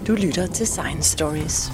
Du lytter til Science Stories.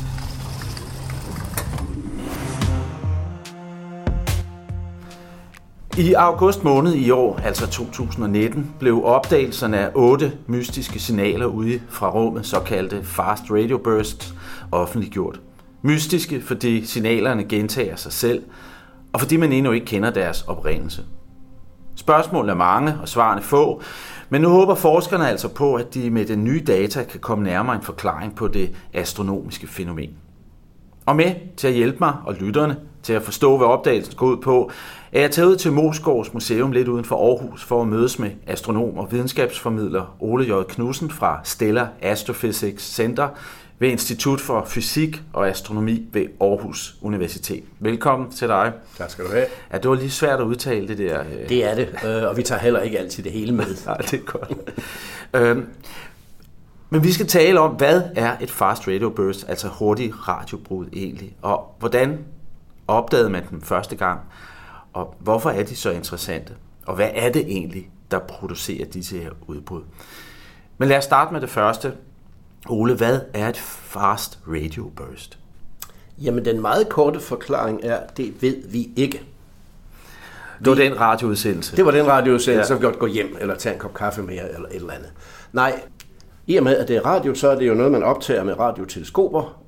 I august måned i år, altså 2019, blev opdagelserne af 8 mystiske signaler ude fra rummet, såkaldte Fast Radio Bursts, offentliggjort. Mystiske, fordi signalerne gentager sig selv, og fordi man endnu ikke kender deres oprindelse. Spørgsmålene er mange, og svarene få, men nu håber forskerne altså på, at de med den nye data kan komme nærmere en forklaring på det astronomiske fænomen. Og med til at hjælpe mig og lytterne til at forstå, hvad opdagelsen går ud på, er jeg taget ud til Moesgaards Museum lidt uden for Aarhus for at mødes med astronom og videnskabsformidler Ole J. Knudsen fra Stellar Astrophysics Center ved Institut for Fysik og Astronomi ved Aarhus Universitet. Velkommen til dig. Tak skal du have. Ja, det var lige svært at udtale det der. Det er det, og vi tager heller ikke altid det hele med. Nej, det er godt. Men vi skal tale om, hvad er et fast radio burst, altså hurtig radiobrud egentlig, og hvordan opdagede man dem første gang, og hvorfor er de så interessante, og hvad er det egentlig, der producerer disse her udbrud. Men lad os starte med det første. Ole, hvad er et fast radio burst? Jamen, den meget korte forklaring er, det ved vi ikke. Det var den radioudsendelse? Det var den radioudsendelse, så vi godt gå hjem, eller tage en kop kaffe mere, eller et eller andet. Nej, i og med, at det er radio, så er det jo noget, man optager med radioteleskoper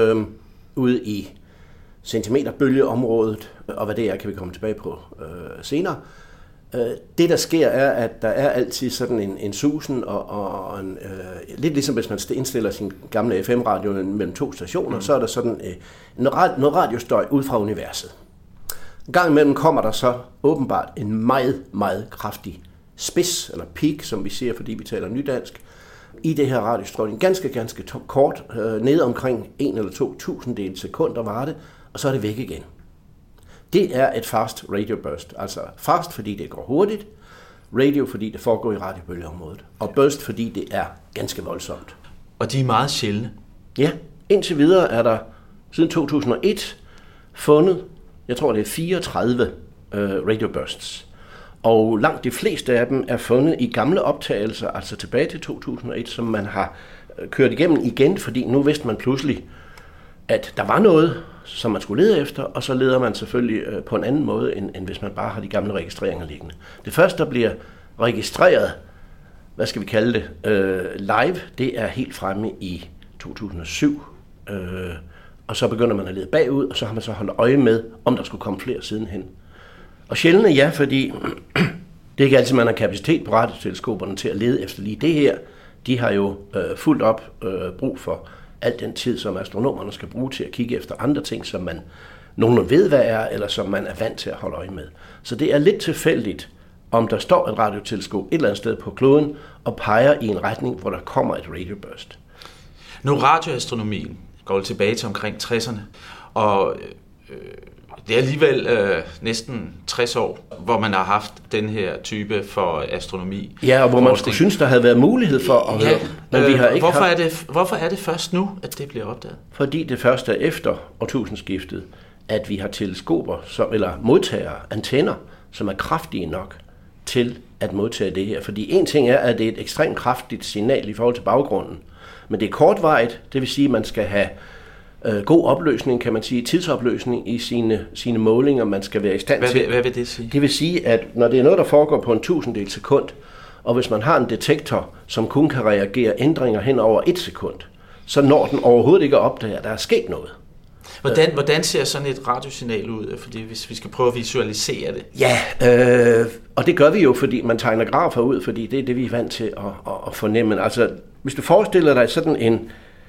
ude i centimeterbølgeområdet, og hvad det er, kan vi komme tilbage på senere. Det, der sker, er, at der er altid sådan en susen, og lidt ligesom hvis man indstiller sin gamle FM-radio mellem to stationer, så er der sådan noget radiostøj ud fra universet. En gang imellem kommer der så åbenbart en meget, meget kraftig spids, eller peak, som vi siger, fordi vi taler nydansk, i det her radiostråling. Ganske kort, nede omkring 1 eller 2 tusindedel sekunder var det, og så er det væk igen. Det er et fast radio burst. Altså fast, fordi det går hurtigt, radio, fordi det foregår i radiobølgeområdet, og burst, fordi det er ganske voldsomt. Og de er meget sjældne? Ja, indtil videre er der siden 2001 fundet, jeg tror det er 34 radio bursts. Og langt de fleste af dem er fundet i gamle optagelser, altså tilbage til 2001, som man har kørt igennem igen, fordi nu vidste man pludselig, at der var noget, som man skulle lede efter, og så leder man selvfølgelig på en anden måde, end hvis man bare har de gamle registreringer liggende. Det første, der bliver registreret, hvad skal vi kalde det, live, det er helt fremme i 2007, og så begynder man at lede bagud, og så har man så holdt øje med, om der skulle komme flere sidenhen. Og sjældent ja, fordi det er ikke altid, man har kapacitet på radioteleskoperne til at lede efter lige det her. De har jo fuldt op brug for al den tid, som astronomerne skal bruge til at kigge efter andre ting, som man nogen ved, hvad er, eller som man er vant til at holde øje med. Så det er lidt tilfældigt, om der står et radioteleskop et eller andet sted på kloden, og peger i en retning, hvor der kommer et radioburst. Nu radioastronomien går tilbage til omkring 60'erne, og det er alligevel næsten 60 år, hvor man har haft den her type for astronomi. Ja, og hvor man skulle synes, der havde været mulighed for at høre. Men vi har ikke hvorfor er det først nu, at det bliver opdaget? Fordi det først er efter årtusindskiftet, at vi har teleskoper, eller modtager antenner, som er kraftige nok til at modtage det her. Fordi en ting er, at det er et ekstremt kraftigt signal i forhold til baggrunden. Men det er kortvarigt, det vil sige, at man skal have god opløsning, kan man sige, tidsopløsning i sine målinger, man skal være i stand til. Hvad vil det sige? Det vil sige, at når det er noget, der foregår på en tusindedel sekund, og hvis man har en detektor, som kun kan reagere ændringer hen over 1 sekund, så når den overhovedet ikke at opdage, at der er sket noget. Hvordan ser sådan et radiosignal ud? Fordi hvis vi skal prøve at visualisere det. Ja, og det gør vi jo, fordi man tegner grafer ud, fordi det er det, vi er vant til at fornemme. Altså, hvis du forestiller dig sådan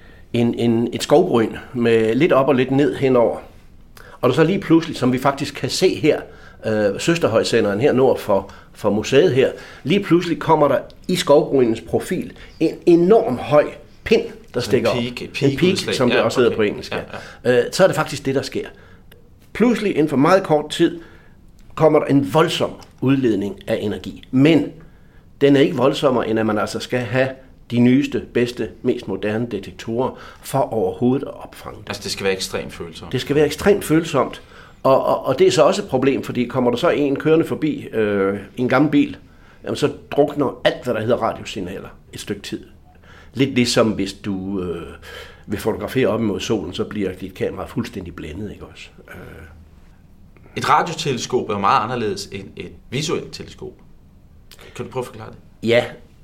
et skovbryn med lidt op og lidt ned henover, og der så lige pludselig, som vi faktisk kan se her, søsterhøjsenderen her nord for museet her, lige pludselig kommer der i skovbrynens profil en enorm høj pind, der stikker op. En peak, som det også hedder på engelsk. Ja. Så er det faktisk det, der sker. Pludselig, inden for meget kort tid, kommer der en voldsom udledning af energi. Men den er ikke voldsommere, end at man altså skal have de nyeste, bedste, mest moderne detektorer for overhovedet at opfange det. Altså det skal være ekstremt følsomt? Det skal være ekstremt følsomt. Og det er så også et problem, fordi kommer der så en kørende forbi en gammel bil, jamen så drukner alt, hvad der hedder radiosignaler et stykke tid. Lidt ligesom hvis du vil fotografere op imod solen, så bliver dit kamera fuldstændig blændet, ikke også? Et radioteleskop er jo meget anderledes end et visuelt teleskop. Kan du prøve at forklare det? Ja.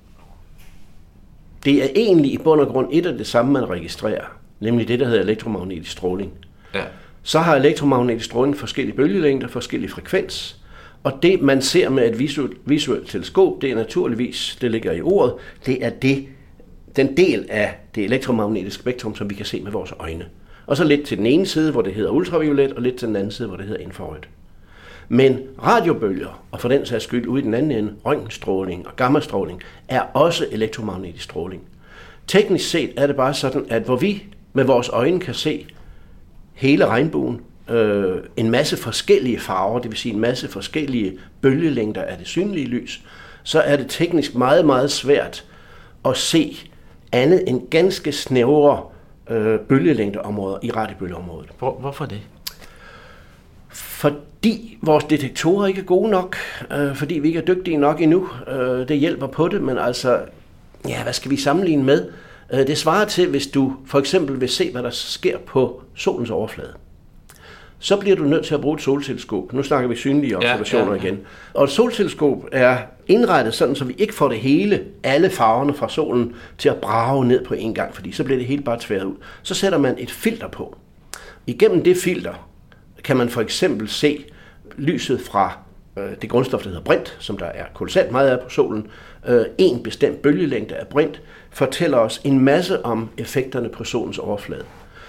Det er egentlig i bund og grund et af det samme, man registrerer, nemlig det, der hedder elektromagnetisk stråling. Ja. Så har elektromagnetisk stråling forskellige bølgelængder, forskellige frekvens, og det, man ser med et visuelt teleskop, det er naturligvis, det ligger i ordet, det er den del af det elektromagnetiske spektrum, som vi kan se med vores øjne. Og så lidt til den ene side, hvor det hedder ultraviolet, og lidt til den anden side, hvor det hedder infrarødt. Men radiobølger, og for den sags skyld ude i den anden ende, røntgenstråling og gammastråling, er også elektromagnetisk stråling. Teknisk set er det bare sådan, at hvor vi med vores øjne kan se hele regnbuen, en masse forskellige farver, det vil sige en masse forskellige bølgelængder af det synlige lys, så er det teknisk meget, meget svært at se andet end ganske snævre bølgelængdeområder i radiobølgeområdet. Hvorfor det? Fordi vores detektorer ikke er gode nok, fordi vi ikke er dygtige nok endnu. Det hjælper på det, men altså, ja, hvad skal vi sammenligne med? Det svarer til, hvis du for eksempel vil se, hvad der sker på solens overflade. Så bliver du nødt til at bruge et solteleskop. Nu snakker vi synlige observationer igen. Og et solteleskop er indrettet sådan, så vi ikke får det hele, alle farverne fra solen, til at brage ned på en gang, fordi så bliver det hele bare tværet ud. Så sætter man et filter på. Igennem det filter kan man for eksempel se lyset fra det grundstof, der hedder brint, som der er kolossalt meget af på solen. En bestemt bølgelængde af brint fortæller os en masse om effekterne på solens overflade.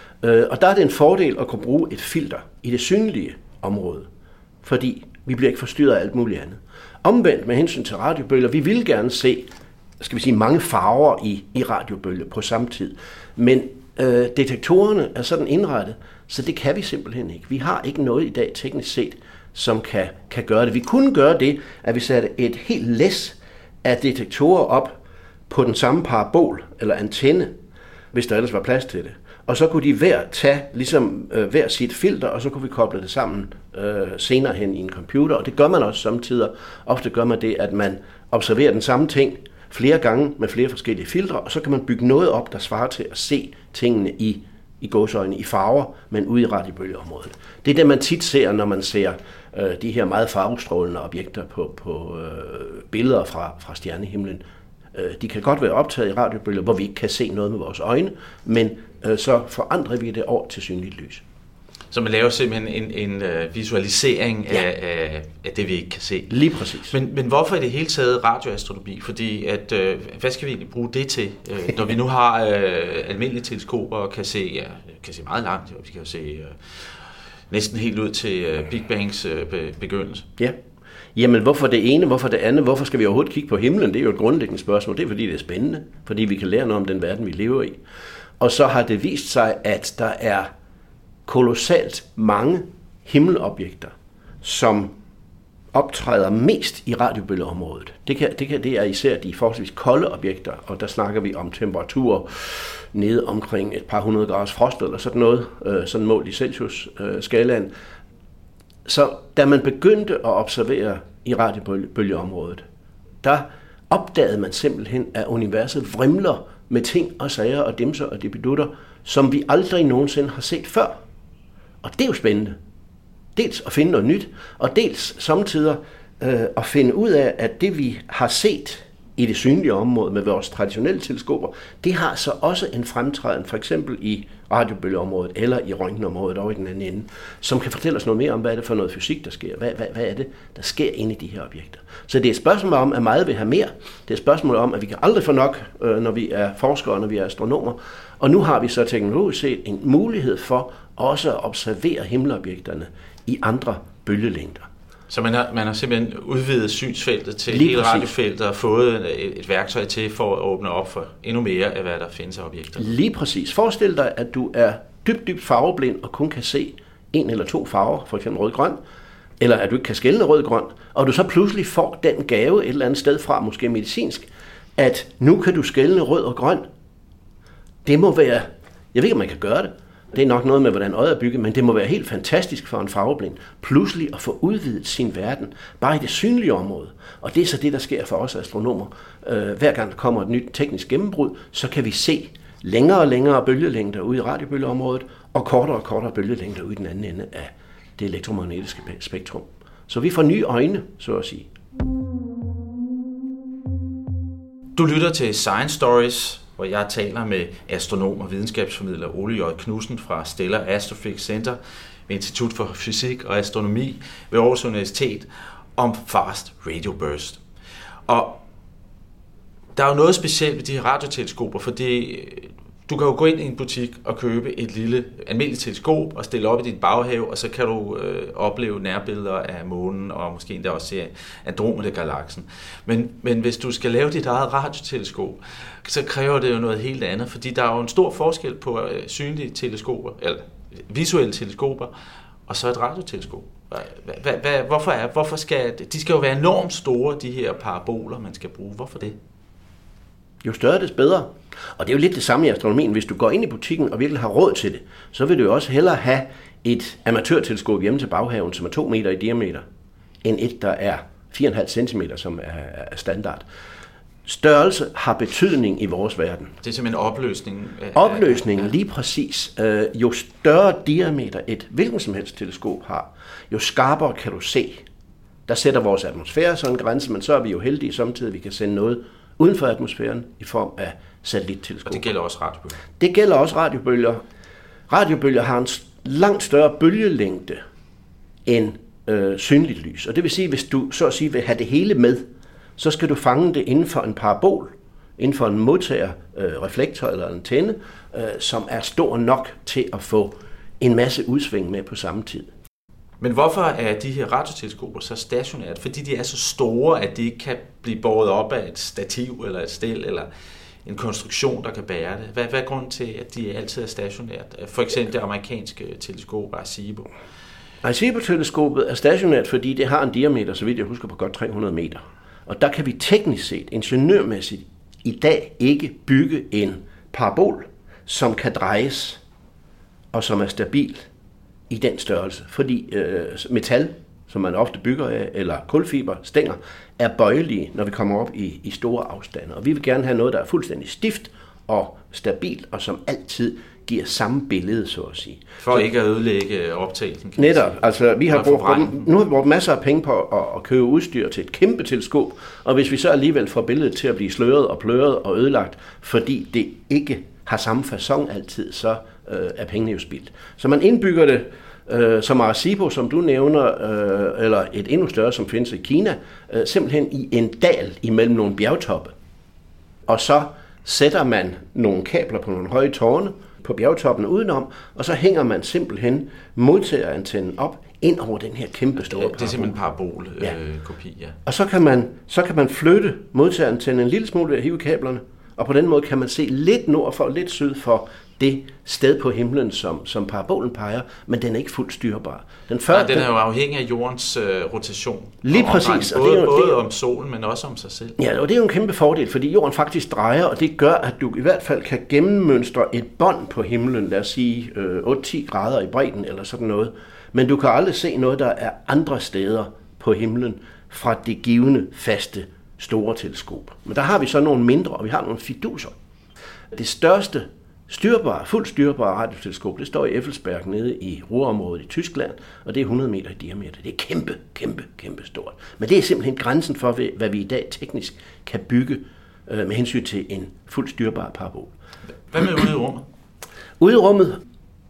Og der er det en fordel at kunne bruge et filter i det synlige område, fordi vi bliver ikke forstyrret af alt muligt andet. Omvendt med hensyn til radiobølger, vi vil gerne se, skal vi sige, mange farver i radiobølger på samme tid, men detektorerne er sådan indrettet, så det kan vi simpelthen ikke. Vi har ikke noget i dag teknisk set, som kan gøre det. Vi kunne gøre det, at vi satte et helt læs af detektorer op på den samme parabol eller antenne, hvis der ellers var plads til det. Og så kunne de hver tage ligesom hver sit filter, og så kunne vi koble det sammen senere hen i en computer. Og det gør man også samtidig. Ofte gør man det, at man observerer den samme ting flere gange med flere forskellige filtre, og så kan man bygge noget op, der svarer til at se tingene i gåseøjne i farver, men ude i radiobølgeområdet. Det er det, man tit ser, når man ser de her meget farvestrålende objekter på billeder fra stjernehimlen. De kan godt være optaget i radiobølger, hvor vi ikke kan se noget med vores øjne, men så forandrer vi det over til synligt lys. Så man laver simpelthen en visualisering af det, vi ikke kan se. Lige præcis. Men hvorfor i det hele taget radioastronomi? Fordi hvad skal vi egentlig bruge det til, når vi nu har almindelige teleskoper og kan se meget langt, vi kan se næsten helt ud til Big Bangs begyndelse? Ja. Jamen, hvorfor det ene, hvorfor det andet, hvorfor skal vi overhovedet kigge på himlen? Det er jo et grundlæggende spørgsmål. Det er, fordi det er spændende, fordi vi kan lære noget om den verden, vi lever i. Og så har det vist sig, at der er kolossalt mange himmelobjekter, som optræder mest i radiobølgeområdet. Det er især de forholdsvis kolde objekter, og der snakker vi om temperaturer nede omkring et par 100 graders frost eller sådan noget, sådan målt i Celsius-skalaen. Så da man begyndte at observere i radiobølgeområdet, der opdagede man simpelthen, at universet vrimler med ting og sager og dimser og dipidutter, som vi aldrig nogensinde har set før. Og det er jo spændende. Dels at finde noget nyt, og dels samtidig at finde ud af, at det vi har set i det synlige område med vores traditionelle teleskoper, det har så også en fremtræden, for eksempel i radiobølgeområdet eller i røntgenområdet over i den anden ende, som kan fortælle os noget mere om, hvad er det for noget fysik, der sker. Hvad er det, der sker inde i de her objekter. Så det er et spørgsmål om, at meget vil have mere. Det er et spørgsmål om, at vi kan aldrig få nok, når vi er forskere, når vi er astronomer. Og nu har vi så teknologisk set en mulighed for også at observere himmelobjekterne i andre bølgelængder. Så man har simpelthen udvidet synsfeltet til hele radiofeltet og fået et værktøj til for at åbne op for endnu mere af, hvad der findes af objekter. Lige præcis. Forestil dig, at du er dybt farveblind og kun kan se en eller to farver, for eksempel rød-grøn, eller at du ikke kan skelne rød-grøn, og du så pludselig får den gave et eller andet sted fra, måske medicinsk, at nu kan du skelne rød og grøn. Det må være, jeg ved ikke, om man kan gøre det, Det er nok noget med, hvordan øjet er bygget, men det må være helt fantastisk for en farveblind pludselig at få udvidet sin verden, bare i det synlige område. Og det er så det, der sker for os astronomer. Hver gang der kommer et nyt teknisk gennembrud, så kan vi se længere og længere bølgelængder ude i radiobølgeområdet, og kortere bølgelængder ude i den anden ende af det elektromagnetiske spektrum. Så vi får nye øjne, så at sige. Du lytter til Science Stories, hvor jeg taler med astronom og videnskabsformidler Ole J. Knudsen fra Stellar Astrophysics Center ved Institut for Fysik og Astronomi ved Aarhus Universitet om fast radio burst. Og der er jo noget specielt ved de her radioteleskoper, fordi du kan jo gå ind i en butik og købe et lille almindeligt teleskop og stille op i din baghave, og så kan du opleve nærbilleder af månen og måske endda også se Andromeda-galaksen. Men hvis du skal lave dit eget radioteleskop, så kræver det jo noget helt andet, fordi der er jo en stor forskel på synlige teleskoper, eller visuelle teleskoper, og så et radioteleskop. Hvorfor skal de skal jo være enormt store, de her paraboler, man skal bruge. Hvorfor det? Jo større, des bedre. Og det er jo lidt det samme i astronomien. Hvis du går ind i butikken og virkelig har råd til det, så vil du jo også hellere have et amatørteleskop hjemme til baghaven, som er 2 meter i diameter, end et, der er 4,5 centimeter, som er standard. Størrelse har betydning i vores verden. Det er simpelthen opløsningen. Opløsningen, lige præcis. Jo større diameter et hvilken som helst teleskop har, jo skarpere kan du se. Der sætter vores atmosfære sådan en grænse, men så er vi jo heldige samtidig, at vi kan sende noget uden for atmosfæren i form af satellitteleskoper. Og det gælder også radiobølger? Det gælder også radiobølger. Radiobølger har en langt større bølgelængde end synligt lys. Og det vil sige, hvis du så at sige vil have det hele med, så skal du fange det inden for en parabol, inden for en modtager, reflektor eller antenne, som er stor nok til at få en masse udsving med på samme tid. Men hvorfor er de her radioteleskoper så stationært? Fordi de er så store, at de ikke kan blive båret op af et stativ eller et stel eller en konstruktion, der kan bære det. Hvad er grunden til, at de altid er stationært? For eksempel det amerikanske teleskop Arecibo. Arecibo-teleskopet er stationært, fordi det har en diameter, så vidt jeg husker, på godt 300 meter. Og der kan vi teknisk set, ingeniørmæssigt, i dag ikke bygge en parabol, som kan drejes og som er stabil i den størrelse. Fordi metal, som man ofte bygger af, eller kulfiber, stænger, er bøjelige, når vi kommer op i store afstande. Og vi vil gerne have noget, der er fuldstændig stift og stabilt, og som altid giver samme billede, så at sige. For ikke at ødelægge optagelsen. Netop. Altså, nu har vi brugt masser af penge på at købe udstyr til et kæmpe teleskop, og hvis vi så alligevel får billedet til at blive sløret og pløret og ødelagt, fordi det ikke har samme facon altid, så er pengene jo spildt. Så man indbygger det som Arecibo, som du nævner, eller et endnu større, som findes i Kina, simpelthen i en dal imellem nogle bjergtoppe. Og så sætter man nogle kabler på nogle høje tårne på bjergtoppene udenom, og så hænger man simpelthen modtagerantennen op ind over den her kæmpe store parabol. Det er simpelthen en parabol-kopi, ja. Og så kan man flytte modtagerantennen en lille smule ved at hive kablerne, og på den måde kan man se lidt nord for, lidt syd for det sted på himlen, som parabolen peger, men den er ikke fuldt styrbar. Den er jo afhængig af jordens rotation. Lige præcis. Både om solen, men også om sig selv. Ja, og det er jo en kæmpe fordel, fordi jorden faktisk drejer, og det gør, at du i hvert fald kan gennemmønstre et bånd på himlen, lad os sige 8-10 grader i bredden eller sådan noget. Men du kan aldrig se noget, der er andre steder på himlen fra det givne, faste, store teleskop. Men der har vi så nogle mindre, og vi har nogle fiduser. Det største fuldt styrbare radioteleskop, det står i Effelsberg nede i Ruhrområdet i Tyskland, og det er 100 meter i diameter. Det er kæmpe stort. Men det er simpelthen grænsen for, hvad vi i dag teknisk kan bygge med hensyn til en fuldt styrbar parabol. Hvad med ude i rummet? Ude i rummet,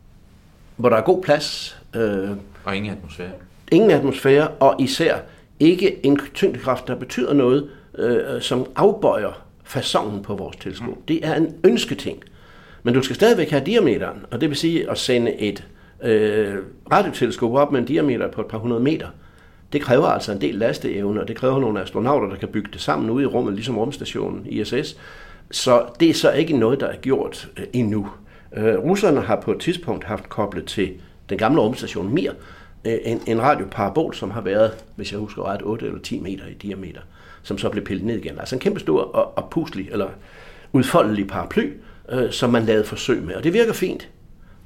hvor der er god plads. Og ingen atmosfære. Ingen atmosfære, og især ikke en tyngdekraft, der betyder noget, som afbøjer faconen på vores teleskop. Det er en ønsketing. Men du skal stadigvæk have diameteren, og det vil sige at sende et radioteleskop op med en diameter på et par 100 meter. Det kræver altså en del lasteevne, og det kræver nogle astronauter, der kan bygge det sammen ude i rummet, ligesom rumstationen ISS. Så det er så ikke noget, der er gjort endnu. Russerne har på et tidspunkt haft koblet til den gamle rumstation Mir en radioparabol, som har været, hvis jeg husker ret, 8 eller 10 meter i diameter, som så blev pillet ned igen. Altså en kæmpe stor og puslig eller udfoldelig paraply, som man lavede forsøg med. Og det virker fint.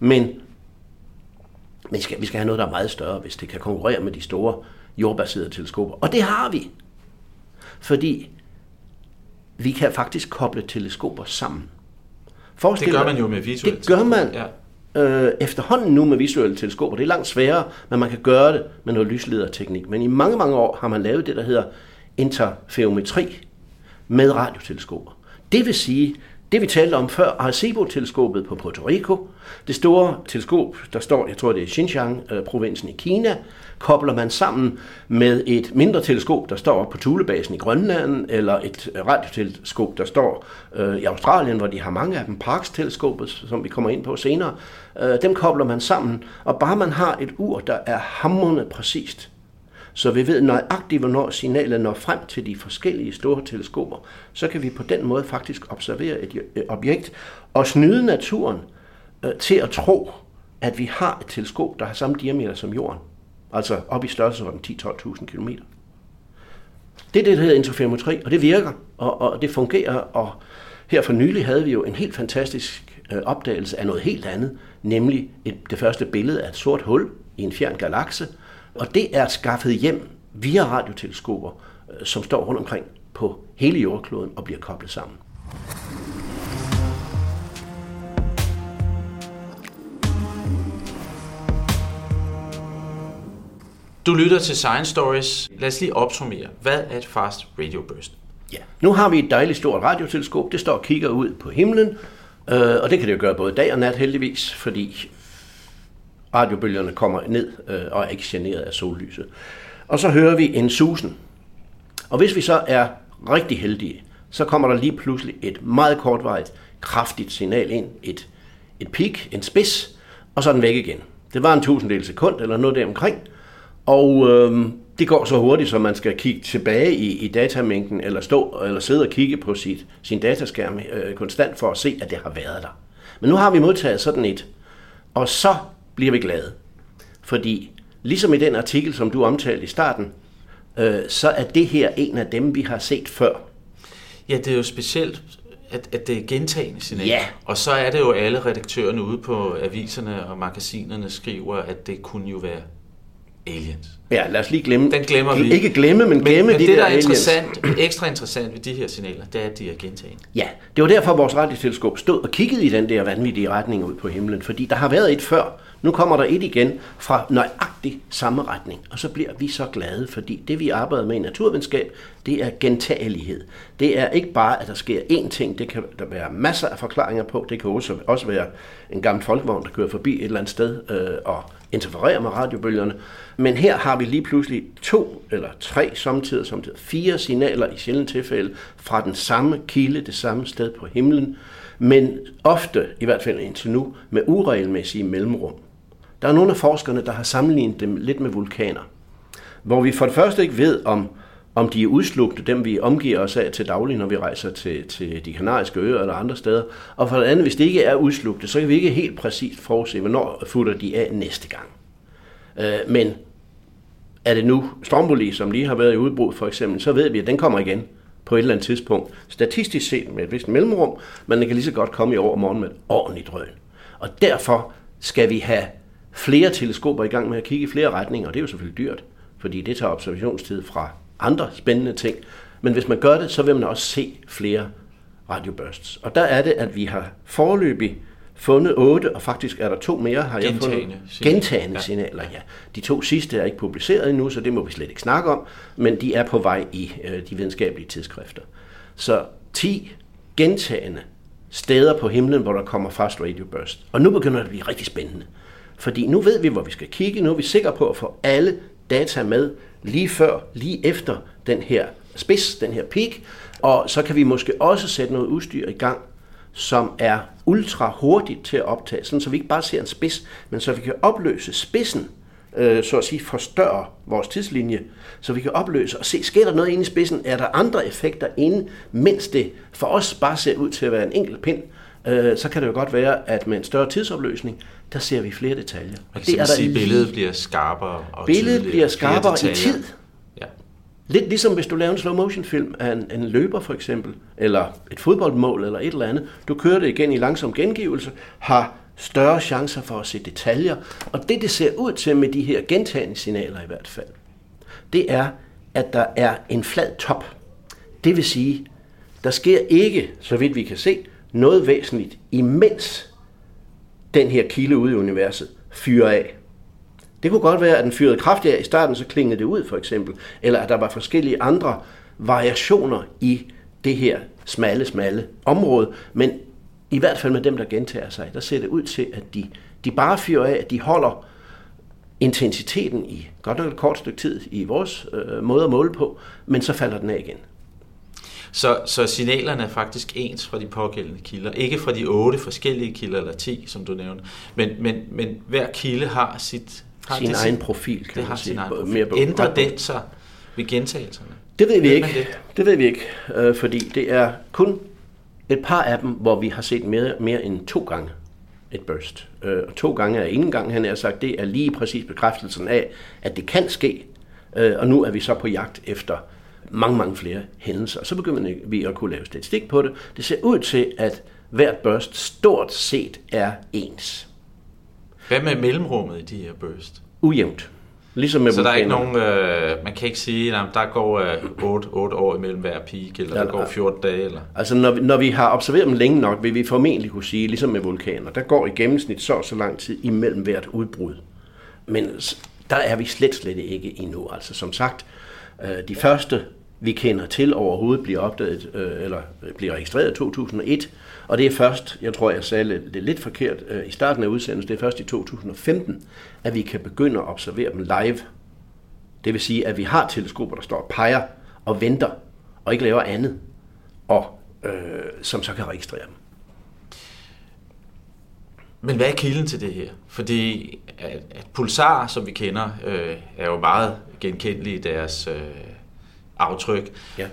Men vi skal have noget, der er meget større, hvis det kan konkurrere med de store jordbaserede teleskoper. Og det har vi. Fordi vi kan faktisk koble teleskoper sammen. Det gør man jo med visuelle teleskoper. Det gør man efterhånden nu med visuelle teleskoper. Det er langt sværere, men man kan gøre det med noget lyslederteknik. Men i mange, mange år har man lavet det, der hedder interferometri med radioteleskoper. Det vil sige, det vi talte om før, Arecibo-teleskopet på Puerto Rico, det store teleskop, der står, jeg tror det er Xinjiang-provinsen i Kina, kobler man sammen med et mindre teleskop, der står på Thulebasen i Grønland, eller et radioteleskop, der står i Australien, hvor de har mange af dem, Parkes-teleskopet, som vi kommer ind på senere. Dem kobler man sammen, og bare man har et ur, der er hamrende præcist, så vi ved nøjagtigt, hvornår signalet når frem til de forskellige store teleskoper, så kan vi på den måde faktisk observere et objekt og snyde naturen til at tro, at vi har et teleskop, der har samme diameter som jorden. Altså op i størrelsesorden 10-12.000 km. Det er det, der hedder interferometri, og det virker, og det fungerer. Og her for nylig havde vi jo en helt fantastisk opdagelse af noget helt andet, nemlig det første billede af et sort hul i en fjern galakse. Og det er skaffet hjem via radioteleskoper, som står rundt omkring på hele jordkloden og bliver koblet sammen. Du lytter til Science Stories. Lad os lige opsummere. Hvad er et fast radio burst? Ja, nu har vi et dejligt stort radioteleskop. Det står og kigger ud på himlen, og det kan det jo gøre både dag og nat heldigvis, fordi radiobølgerne kommer ned og er ikke generet af sollyset. Og så hører vi en susen. Og hvis vi så er rigtig heldige, så kommer der lige pludselig et meget kortvarigt, kraftigt signal ind. Et peak, en spids, og så er den væk igen. Det var en 1/1000 sekund eller noget deromkring. Og det går så hurtigt, så man skal kigge tilbage i datamængden, eller sidde og kigge på sin dataskærm konstant for at se, at det har været der. Men nu har vi modtaget sådan et, og så bliver vi glade. Fordi ligesom i den artikel, som du omtalte i starten, så er det her en af dem, vi har set før. Ja, det er jo specielt, at det er gentagende signaler. Ja. Og så er det jo alle redaktørerne ude på aviserne og magasinerne skriver, at det kunne jo være aliens. Ja, lad os lige glemme. Den glemmer vi. Ikke glemme, men glemme men de det, der der er ekstra interessant ved de her signaler, det er, at de er gentagende. Ja, det var derfor, vores radioteleskop stod og kiggede i den der vanvittige retning ud på himlen, fordi der har været et før. Nu kommer der et igen fra nøjagtig samme retning, og så bliver vi så glade, fordi det, vi arbejder med i naturvidenskab, det er gentagelighed. Det er ikke bare, at der sker én ting, det kan der være masser af forklaringer på. Det kan også være en gammel folkevogn, der kører forbi et eller andet sted og interfererer med radiobølgerne. Men her har vi lige pludselig 2 eller 3, samtidig 4 signaler i sjældent tilfælde fra den samme kilde, det samme sted på himlen, men ofte, i hvert fald indtil nu, med uregelmæssige mellemrum. Der er nogle af forskerne, der har sammenlignet dem lidt med vulkaner, hvor vi for det første ikke ved, om de er udslugte, dem vi omgiver os af til daglig, når vi rejser til de kanariske øer eller andre steder. Og for det andet, hvis de ikke er udslugte, så kan vi ikke helt præcist forudse, hvornår futter de af næste gang. Men er det nu Stromboli, som lige har været i udbrud for eksempel, så ved vi, at den kommer igen på et eller andet tidspunkt. Statistisk set med et vist mellemrum, men den kan lige så godt komme i overmorgen med et ordentligt drøn. Og derfor skal vi have flere teleskoper i gang med at kigge i flere retninger, og det er jo selvfølgelig dyrt, fordi det tager observationstid fra andre spændende ting. Men hvis man gør det, så vil man også se flere radiobursts. Og der er det, at vi har foreløbig fundet 8, og faktisk er der 2 mere, har jeg fundet. Gentagende signaler, ja. De 2 sidste er ikke publiceret endnu, så det må vi slet ikke snakke om, men de er på vej i de videnskabelige tidsskrifter. Så 10 gentagende steder på himlen, hvor der kommer fast radio burst. Og nu begynder det at blive rigtig spændende. Fordi nu ved vi, hvor vi skal kigge. Nu er vi sikre på at få alle data med lige før, lige efter den her spids, den her peak. Og så kan vi måske også sætte noget udstyr i gang, som er ultra hurtigt til at optage, sådan så vi ikke bare ser en spids, men så vi kan opløse spidsen, så at sige forstørre vores tidslinje, så vi kan opløse og se, sker der noget inde i spidsen, er der andre effekter inde, mens det for os bare ser ud til at være en enkelt pind, så kan det jo godt være, at med en større tidsopløsning, der ser vi flere detaljer. Man kan sige, at billedet bliver skarpere og billedet bliver skarpere i tid. Ja. Lidt ligesom hvis du laver en slow motion film af en løber for eksempel, eller et fodboldmål eller et eller andet. Du kører det igen i langsom gengivelse, har større chancer for at se detaljer. Og det ser ud til med de her gentagende signaler i hvert fald, det er, at der er en flad top. Det vil sige, der sker ikke, så vidt vi kan se, noget væsentligt, imens den her kilde ude i universet fyrer af. Det kunne godt være, at den fyrede kraftigt af i starten, så klingede det ud for eksempel, eller at der var forskellige andre variationer i det her smalle område, men i hvert fald med dem, der gentager sig, der ser det ud til, at de bare fyrer af, at de holder intensiteten i godt nok et kort stykke tid i vores måde at måle på, men så falder den af igen. Så signalerne er faktisk ens fra de pågældende kilder. Ikke fra de 8 forskellige kilder, eller 10, som du nævnte. Men hver kilde har sin egen profil, kan man sige. Ændrer den sig ved gentagelserne? Det ved vi ikke. Det ved vi ikke, fordi det er kun et par af dem, hvor vi har set mere end 2 gange et burst. 2 gange er ingen gang, han har sagt, det er lige præcis bekræftelsen af, at det kan ske. Og nu er vi så på jagt efter mange flere hændelser. Så begynder vi at kunne lave statistik på det. Det ser ud til, at hvert burst stort set er ens. Hvad med mellemrummet i de her burst? Ujævnt. Ligesom med så vulkaner. Der er ikke nogen, man kan ikke sige, at der går 8 år imellem hver peak, eller der går 14 dage? Eller? Altså når vi har observeret dem længe nok, vil vi formentlig kunne sige, ligesom med vulkaner, der går i gennemsnit så lang tid imellem hvert udbrud. Men der er vi slet ikke endnu. Altså som sagt, de første, vi kender til overhovedet, bliver opdaget, eller bliver registreret i 2001, og det er først, jeg tror, jeg sagde det lidt forkert i starten af udsendelsen, det er først i 2015, at vi kan begynde at observere dem live. Det vil sige, at vi har teleskoper, der står og peger og venter, og ikke laver andet, og som så kan registrere dem. Men hvad er kilden til det her? Fordi at pulsar, som vi kender, er jo meget genkendelige i deres aftryk. Ja.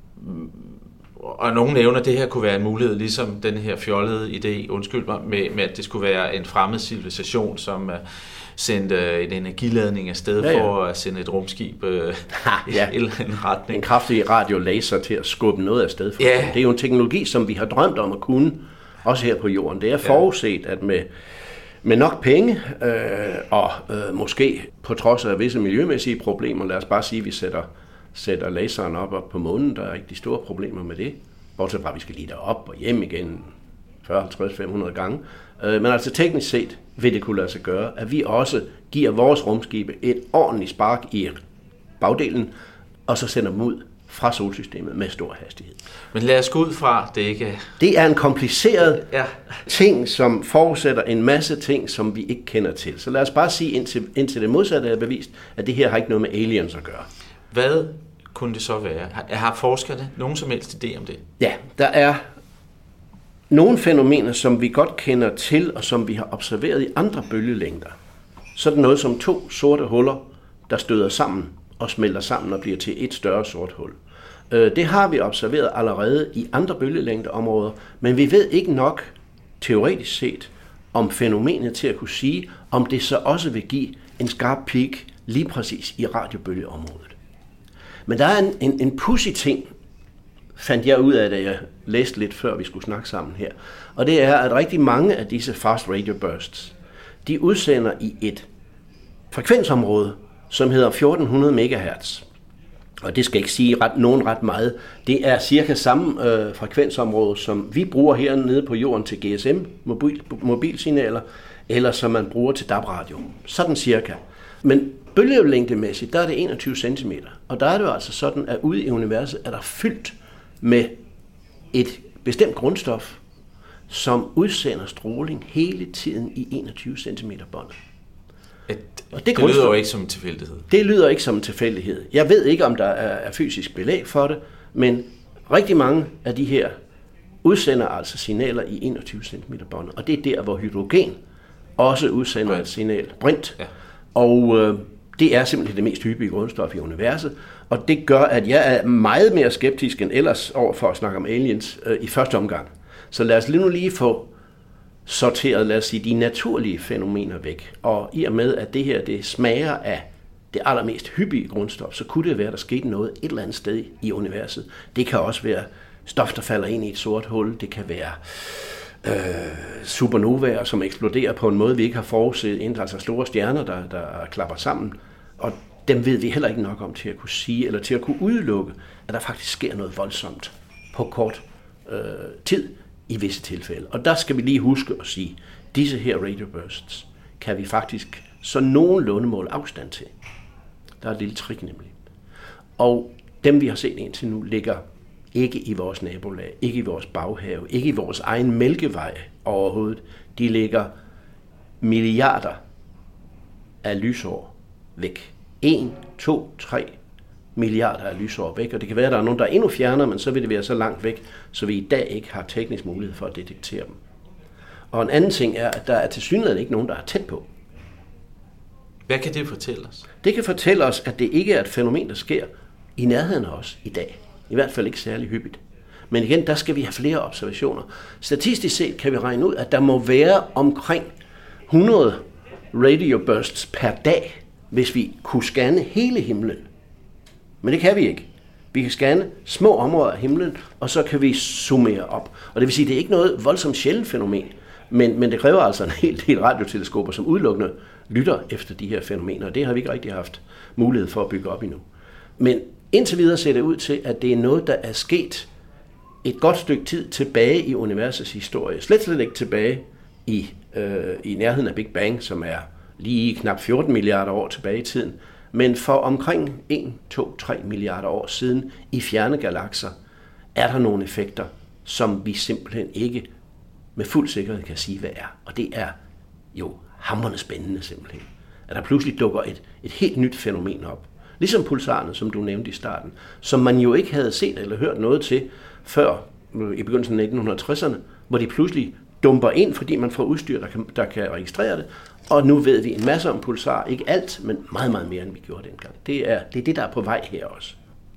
Og nogen nævner, at det her kunne være en mulighed, ligesom den her fjollede idé, undskyld mig, med at det skulle være en fremmed civilisation, som sendte en energiladning afsted for at sende et rumskib i en eller anden retning. En kraftig radiolaser til at skubbe noget afsted. Ja. Det er jo en teknologi, som vi har drømt om at kunne, også her på jorden. Det er forudset, at med nok penge, og måske på trods af visse miljømæssige problemer, lad os bare sige, at vi sætter laseren op på månen, der er ikke de store problemer med det. Bortset fra, at vi skal lige derop og hjem igen 40, 50, 500 gange. Men altså teknisk set vil det kunne lade sig gøre, at vi også giver vores rumskibe et ordentligt spark i bagdelen, og så sender dem ud fra solsystemet med stor hastighed. Men lad os gå ud fra, det ikke... Det er en kompliceret ting, som forudsætter en masse ting, som vi ikke kender til. Så lad os bare sige, indtil det modsatte er bevist, at det her har ikke noget med aliens at gøre. Hvad kunne det så være? Har forskerne nogen som helst idé om det? Ja, der er nogle fænomener, som vi godt kender til, og som vi har observeret i andre bølgelængder. Sådan noget som 2 sorte huller, der støder sammen og smelter sammen og bliver til et større sort hul. Det har vi observeret allerede i andre bølgelængdeområder, men vi ved ikke nok, teoretisk set, om fænomenet til at kunne sige, om det så også vil give en skarp peak lige præcis i radiobølgeområdet. Men der er en pudsig ting, fandt jeg ud af, da jeg læste lidt før vi skulle snakke sammen her. Og det er, at rigtig mange af disse fast radio bursts, de udsender i et frekvensområde, som hedder 1400 MHz. Og det skal ikke sige nogen ret meget. Det er cirka samme frekvensområde, som vi bruger hernede på jorden til GSM, mobilsignaler, eller som man bruger til DAB-radio. Sådan cirka. Men bølgelængdemæssigt, der er det 21 cm. Og der er det jo altså sådan, at ude i universet er der fyldt med et bestemt grundstof, som udsender stråling hele tiden i 21 cm bånd. Det lyder jo ikke som en tilfældighed. Det lyder ikke som en tilfældighed. Jeg ved ikke, om der er fysisk belæg for det, men rigtig mange af de her udsender altså signaler i 21 cm bånd. Og det er der, hvor hydrogen også udsender et signal, brint. Ja. Og det er simpelthen det mest hyppige grundstof i universet. Og det gør, at jeg er meget mere skeptisk end ellers over for at snakke om aliens i første omgang. Så lad os lige få sorteret, lad os sige, de naturlige fænomener væk. Og i og med, at det her det smager af det allermest hyppige grundstof, så kunne det være, der skete noget et eller andet sted i universet. Det kan også være stof, der falder ind i et sort hul. Det kan være supernovaer, som eksploderer på en måde, vi ikke har forudset, altså store stjerner, der klapper sammen. Og dem ved vi heller ikke nok om til at kunne sige, eller til at kunne udelukke, at der faktisk sker noget voldsomt på kort tid i visse tilfælde. Og der skal vi lige huske at sige, disse her radiobursts kan vi faktisk så nogenlunde måle afstand til. Der er et lille trick nemlig. Og dem vi har set indtil nu ligger ikke i vores nabolag, ikke i vores baghave, ikke i vores egen mælkevej overhovedet. De ligger milliarder af lysår væk. 1, 2, 3 milliarder af lysår væk, og det kan være, at der er nogen, der er endnu fjernere, men så vil det være så langt væk, så vi i dag ikke har teknisk mulighed for at detektere dem. Og en anden ting er, at der er tilsyneladende ikke nogen, der er tæt på. Hvad kan det fortælle os? Det kan fortælle os, at det ikke er et fænomen, der sker i nærheden af os i dag. I hvert fald ikke særlig hyppigt. Men igen, der skal vi have flere observationer. Statistisk set kan vi regne ud, at der må være omkring 100 radiobursts per dag, hvis vi kunne scanne hele himlen. Men det kan vi ikke. Vi kan scanne små områder af himlen, og så kan vi summere op. Og det vil sige, at det er ikke noget voldsomt sjældent fænomen, men det kræver altså en hel del radioteleskoper, som udelukkende lytter efter de her fænomener, og det har vi ikke rigtig haft mulighed for at bygge op endnu. Men indtil videre ser det ud til, at det er noget, der er sket et godt stykke tid tilbage i universets historie. Slet ikke tilbage i nærheden af Big Bang, som er lige knap 14 milliarder år tilbage i tiden, men for omkring 1, 2, 3 milliarder år siden i fjerne galakser er der nogle effekter, som vi simpelthen ikke med fuld sikkerhed kan sige, hvad er. Og det er jo hamrende spændende simpelthen, at der pludselig dukker et helt nyt fænomen op. Ligesom pulsarerne, som du nævnte i starten, som man jo ikke havde set eller hørt noget til før i begyndelsen af 1960'erne, hvor de pludselig dumper ind, fordi man får udstyr, der kan registrere det. Og nu ved vi en masse om pulsar. Ikke alt, men meget, meget mere, end vi gjorde dengang. Det er det, der er på vej her også.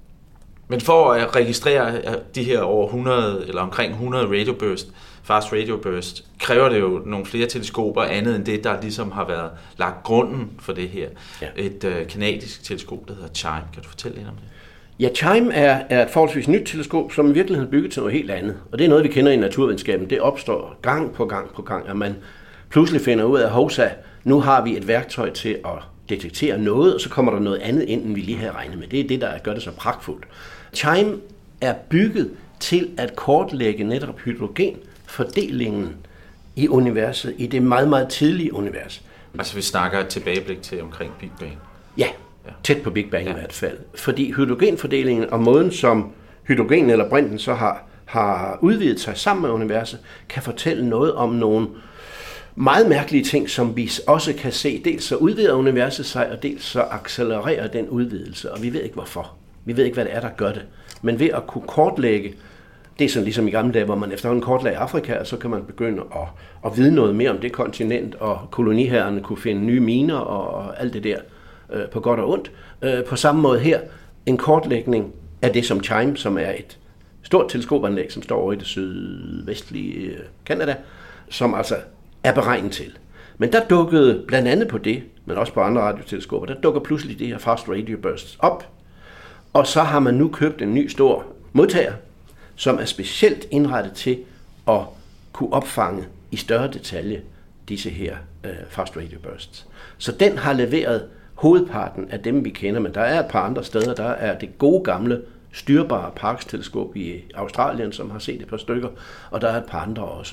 Men for at registrere de her over 100 eller omkring 100 radioburst, fast radioburst, kræver det jo nogle flere teleskoper andet end det, der ligesom har været lagt grunden for det her. Ja. Et kanadisk teleskop, der hedder CHIME. Kan du fortælle lidt om det? Ja, CHIME er et forholdsvis nyt teleskop, som i virkeligheden er bygget til noget helt andet. Og det er noget, vi kender i naturvidenskaben. Det opstår gang på gang, at man pludselig finder ud af, hovsa, nu har vi et værktøj til at detektere noget, og så kommer der noget andet ind, end vi lige havde regnet med. Det er det, der gør det så pragtfuldt. CHIME er bygget til at kortlægge netop hydrogenfordelingen i universet, i det meget, meget tidlige univers. Altså vi snakker et tilbageblik til omkring Big Bang. Ja, tæt på Big Bang i hvert fald. Fordi hydrogenfordelingen og måden, som hydrogen eller brinten så har udvidet sig sammen med universet, kan fortælle noget om nogle meget mærkelige ting, som vi også kan se. Dels så udvider universet sig, og dels så accelererer den udvidelse, og vi ved ikke hvorfor. Vi ved ikke, hvad det er, der gør det. Men ved at kunne kortlægge, det er sådan ligesom i gamle dage, hvor man efterhånden kortlagde Afrika, og så kan man begynde at vide noget mere om det kontinent, og koloniherrerne kunne finde nye miner og alt det der på godt og ondt. På samme måde her, en kortlægning af det som CHIME, som er et stort teleskopanlæg, som står over i det sydvestlige Canada, som altså er beregnet til. Men der dukkede blandt andet på det, men også på andre radioteleskoper, der dukker pludselig det her fast radiobursts op. Og så har man nu købt en ny stor modtager, som er specielt indrettet til at kunne opfange i større detalje disse her fast radiobursts. Så den har leveret hovedparten af dem, vi kender, men der er et par andre steder. Der er det gode gamle styrbare Parkes-teleskop i Australien, som har set et par stykker, og der er et par andre også,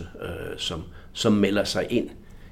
som melder sig ind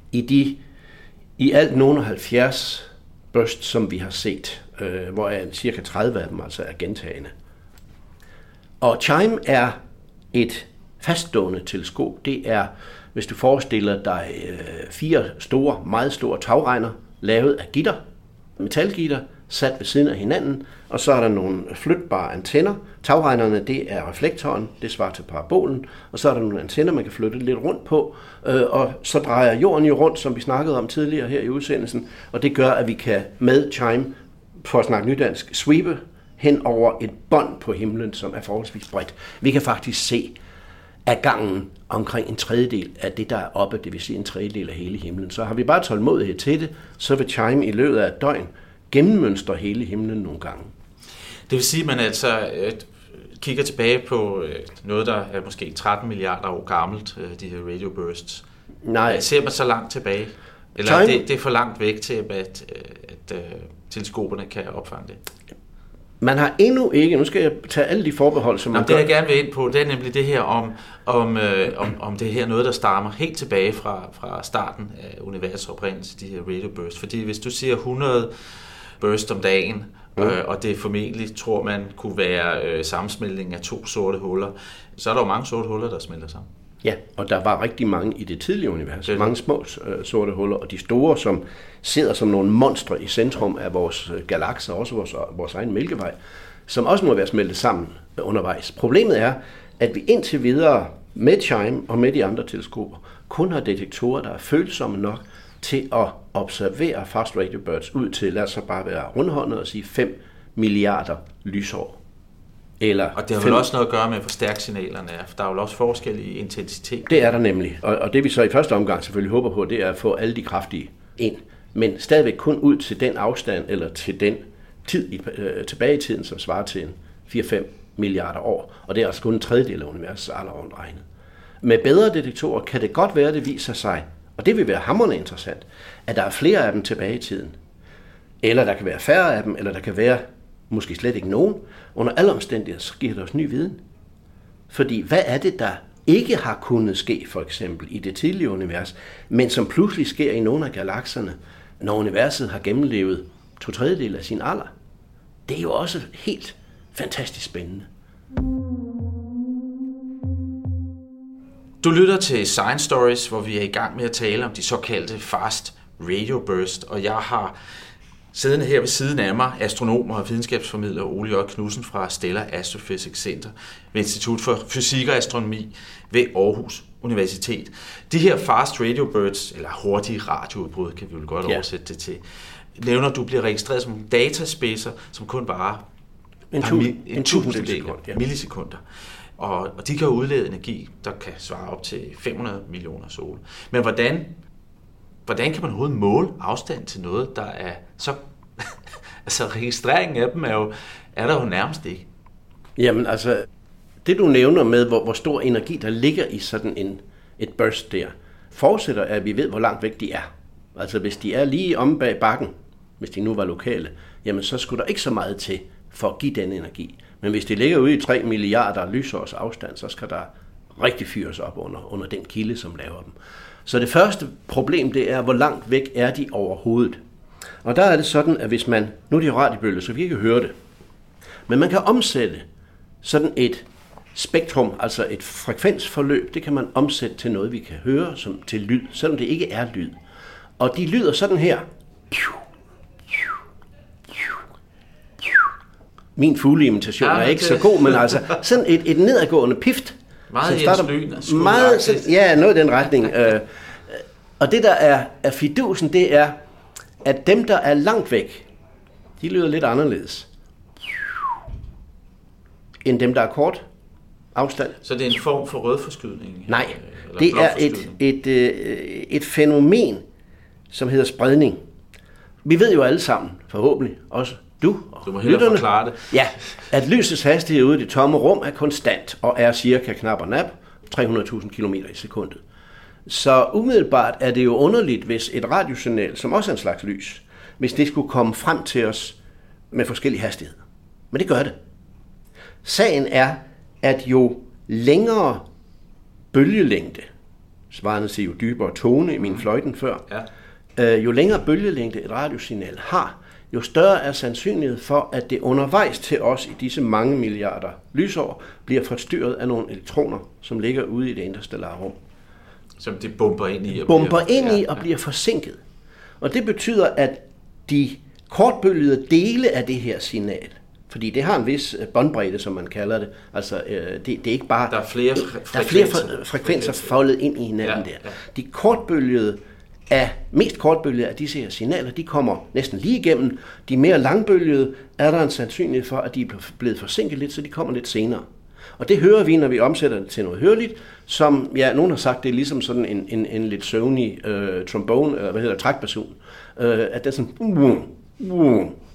i alt nogle 70 bursts, som vi har set, hvor cirka 30 af dem altså er gentagende. Og CHIME er et faststående teleskop. Det er, hvis du forestiller dig 4 store, meget store tagregner, lavet af gitter, metalgitter, sat ved siden af hinanden, og så er der nogle flytbare antenner. Tagregnerne, det er reflektoren, det svarer til parabolen, og så er der nogle antenner, man kan flytte lidt rundt på, og så drejer jorden jo rundt, som vi snakkede om tidligere her i udsendelsen, og det gør, at vi kan med CHIME, for at snakke nydansk, sweepe hen over et bånd på himlen, som er forholdsvis bredt. Vi kan faktisk se af gangen omkring en tredjedel af det, der er oppe, det vil sige en tredjedel af hele himlen. Så har vi bare tålmodighed til det, så vil CHIME i løbet af et døgn gennemmønstre hele himlen nogle gange. Det vil sige, at man altså kigger tilbage på noget, der er måske 13 milliarder år gammelt, de her radiobursts, Nej. Ser man så langt tilbage? Eller det er for langt væk til, at teleskoperne kan opfange det? Man har endnu ikke, nu skal jeg tage alle de forbehold, som man gør. Det jeg gerne vil ind på, det er nemlig det her om det her noget, der stammer helt tilbage fra starten af universets oprindelse, de her radio bursts. Fordi hvis du siger 100 burst om dagen, og det formentlig, tror man, kunne være sammensmeltning af 2 sorte huller, så er der jo mange sorte huller, der smelter sammen. Ja, og der var rigtig mange i det tidlige univers. Mange små sorte huller, og de store, som sidder som nogle monstre i centrum af vores galakser, også vores egen mælkevej, som også må være smeltet sammen undervejs. Problemet er, at vi indtil videre med CHIME og med de andre teleskoper kun har detektorer, der er følsomme nok til at observere fast radio bursts ud til, lad os så bare være rundhåndet og sige 5 milliarder lysår. Og det har vel også noget at gøre med, hvor stærke signalerne er, for der er jo også forskel i intensitet. Det er der nemlig, og det vi så i første omgang selvfølgelig håber på, det er at få alle de kraftige ind, men stadigvæk kun ud til den afstand, eller til den tid tilbage i tiden, som svarer til 4-5 milliarder år, og det er altså kun en tredjedel af universets alder rundt regnet. Med bedre detektorer kan det godt være, at det viser sig, og det vil være hamrende interessant, at der er flere af dem tilbage i tiden, eller der kan være færre af dem, eller der kan være måske slet ikke nogen. Under alle omstændigheder, så giver det os ny viden. Fordi hvad er det, der ikke har kunnet ske, for eksempel i det tidlige univers, men som pludselig sker i nogle af galakserne, når universet har gennemlevet 2/3 af sin alder? Det er jo også helt fantastisk spændende. Du lytter til Science Stories, hvor vi er i gang med at tale om de såkaldte fast radio burst, og jeg har siddende her ved siden af mig, astronomer og videnskabsformidler Ole J. Knudsen fra Stellar Astrophysics Center ved Institut for Fysik og Astronomi ved Aarhus Universitet. De her fast radio bursts, eller hurtige radioudbrud, kan vi jo godt oversætte det til, nævner du bliver registreret som dataspacer, som kun varer en tusindedel millisekunder. Og de kan udlede energi, der kan svare op til 500 millioner sol. Men hvordan kan man overhovedet måle afstand til noget, der er så... altså registreringen af dem er der jo nærmest ikke. Jamen altså, det du nævner med, hvor stor energi der ligger i sådan et burst der, forudsætter, at vi ved, hvor langt væk de er. Altså hvis de er lige om bag bakken, hvis de nu var lokale, jamen så skulle der ikke så meget til for at give den energi. Men hvis de ligger ude i 3 milliarder lysårs afstand, så skal der rigtig fyres op under den kilde, som laver dem. Så det første problem, det er, hvor langt væk er de overhovedet. Og der er det sådan, at hvis man, nu er det jo radiobølger, så vi ikke høre det, men man kan omsætte sådan et spektrum, altså et frekvensforløb, det kan man omsætte til noget, vi kan høre, som til lyd, selvom det ikke er lyd. Og de lyder sådan her. Min fugleimitation er ikke så god, men altså sådan et nedadgående pift. Meget Jens Lyn. Ja, noget i den retning. Og det, der er fidusen, det er, at dem, der er langt væk, de lyder lidt anderledes end dem, der er kort afstand. Så det er en form for rødforskydning? Nej, det er et fænomen, som hedder spredning. Vi ved jo alle sammen, forhåbentlig også du må hellere forklare det. Ja, at lysets hastighed ude i det tomme rum er konstant og er cirka knap og nap 300.000 km i sekundet. Så umiddelbart er det jo underligt, hvis et radiosignal, som også er en slags lys, hvis det skulle komme frem til os med forskellige hastigheder. Men det gør det. Sagen er, at jo længere bølgelængde, svarende til jo dybere tone i min fløjten før, jo længere bølgelængde et radiosignal har, jo større er sandsynlighed for, at det undervejs til os i disse mange milliarder lysår bliver forstyrret af nogle elektroner, som ligger ude i det interstellare rum. Som det bomber ind i og bliver forsinket. Og det betyder, at de kortbølgede dele af det her signal, fordi det har en vis båndbredde, som man kalder det, altså det er ikke bare... Der er flere frekvenser foldet ind i hinanden der. De kortbølgede mest kortbølgede af disse her signaler, de kommer næsten lige igennem. De mere langbølgede er der en sandsynlighed for, at de er blevet forsinket lidt, så de kommer lidt senere. Og det hører vi, når vi omsætter det til noget hørligt, som, nogen har sagt, det er ligesom sådan en lidt søvnig trombone, trækbasun. At det er sådan...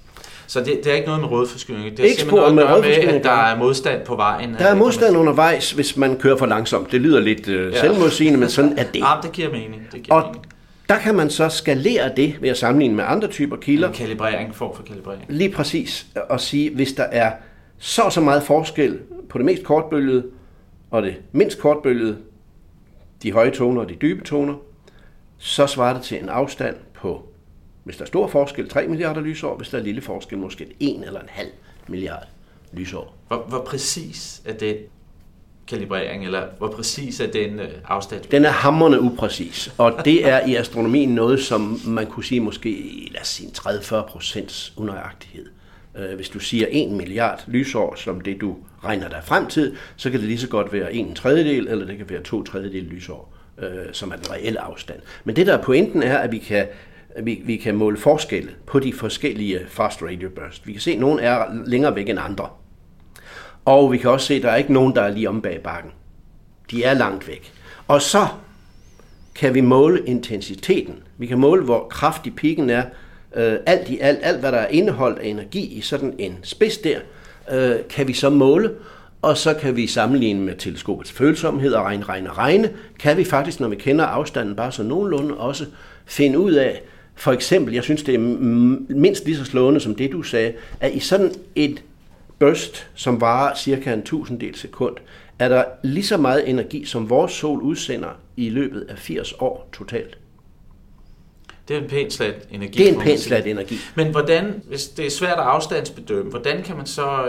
Så det er ikke noget med rådforskydning. Det er ikke simpelthen noget med at der er modstand på vejen. Der er modstand undervejs, hvis man kører for langsomt. Det lyder lidt selvmodsigende, men sådan er det. Ja, det giver mening. Der kan man så skalere det ved at sammenligne med andre typer kilder. En kalibrering, form for kalibrering. Lige præcis. Og sige, hvis der er så meget forskel på det mest kortbølgede og det mindst kortbølgede, de høje toner og de dybe toner, så svarer det til en afstand på, hvis der er stor forskel, 3 milliarder lysår, hvis der er lille forskel, måske 1 eller en halv milliard lysår. Hvor præcis er det kalibrering, eller hvor præcis er den afstand? Den er hamrende upræcis, og det er i astronomien noget, som man kunne sige måske, lad os sige, 30-40% unøjagtighed. Hvis du siger 1 milliard lysår, som det du regner dig frem til, så kan det lige så godt være 1/3, eller det kan være 2/3 lysår, som er den reelle afstand. Men det der er pointen er, at vi kan måle forskelle på de forskellige fast radio burst. Vi kan se, at nogle er længere væk end andre. Og vi kan også se, at der er ikke nogen, der er lige om bag bakken. De er langt væk. Og så kan vi måle intensiteten. Vi kan måle, hvor kraftig pikken er. Alt hvad der er indeholdt af energi i sådan en spids der, kan vi så måle. Og så kan vi sammenligne med teleskopets følsomhed og regne. Kan vi faktisk, når vi kender afstanden bare så nogenlunde, også finde ud af, for eksempel, jeg synes, det er mindst lige så slående som det, du sagde, at i sådan et burst, som varer cirka 1/1000 sekund, er der lige så meget energi, som vores sol udsender i løbet af 80 år totalt. Det er en pæn slat energi. Det er en pæn slat energi. Men hvordan, hvis det er svært at afstandsbedømme, hvordan kan man så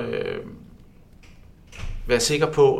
være sikker på,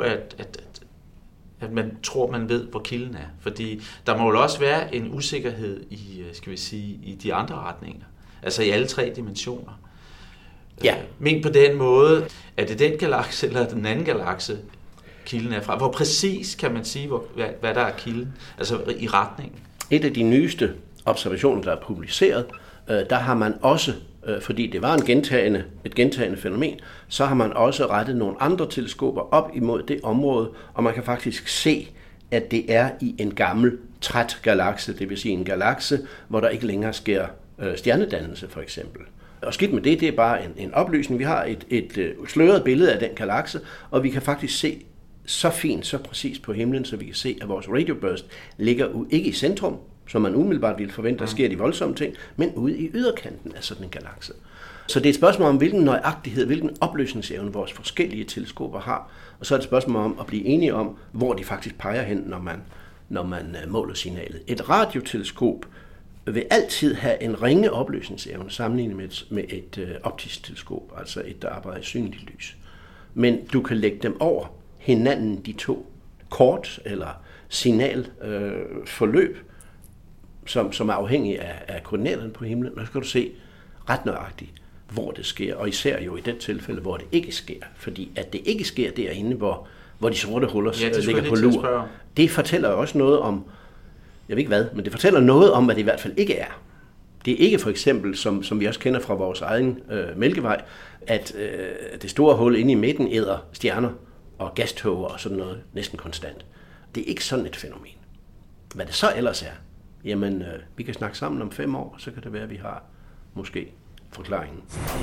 at man tror, man ved, hvor kilden er? Fordi der må jo også være en usikkerhed i, skal vi sige, i de andre retninger. Altså i alle 3 dimensioner. Ja. Men på den måde, er det den galakse eller den anden galakse, kilden er fra? Hvor præcis kan man sige, hvad der er kilden? Altså i retningen? Et af de nyeste observationer, der er publiceret, der har man også, fordi det var et gentagende fænomen, så har man også rettet nogle andre teleskoper op imod det område, og man kan faktisk se, at det er i en gammel, træt galakse, det vil sige en galakse, hvor der ikke længere sker stjernedannelse for eksempel. Og skidt med det er bare en oplysning. Vi har et sløret billede af den galakse, og vi kan faktisk se så fint, så præcis på himlen, så vi kan se, at vores radioburst ligger ikke i centrum, som man umiddelbart ville forvente, der sker de voldsomme ting, men ude i yderkanten af sådan en galakse. Så det er et spørgsmål om, hvilken nøjagtighed, hvilken opløsningsevne vores forskellige teleskoper har, og så er det et spørgsmål om at blive enige om, hvor de faktisk peger hen, når man måler signalet. Et radioteleskop vil altid have en ringe opløsningsevne sammenlignet med et optisk teleskop, altså et, der arbejder i synligt lys. Men du kan lægge dem over hinanden, de 2 kort- eller signalforløb, som er afhængige af koordinaterne på himlen, og så kan du se ret nøjagtigt, hvor det sker, og især jo i det tilfælde, hvor det ikke sker. Fordi at det ikke sker derinde, hvor de sorte huller ligger på lur. Det fortæller også noget om, jeg ved ikke hvad, men det fortæller noget om, hvad det i hvert fald ikke er. Det er ikke for eksempel, som vi også kender fra vores egen Mælkevej, at det store hul inde i midten æder stjerner og gaståger og sådan noget næsten konstant. Det er ikke sådan et fænomen. Hvad det så ellers er, jamen vi kan snakke sammen om 5 år, så kan det være, at vi har måske forklaringen.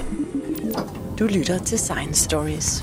Du lytter til Science Stories.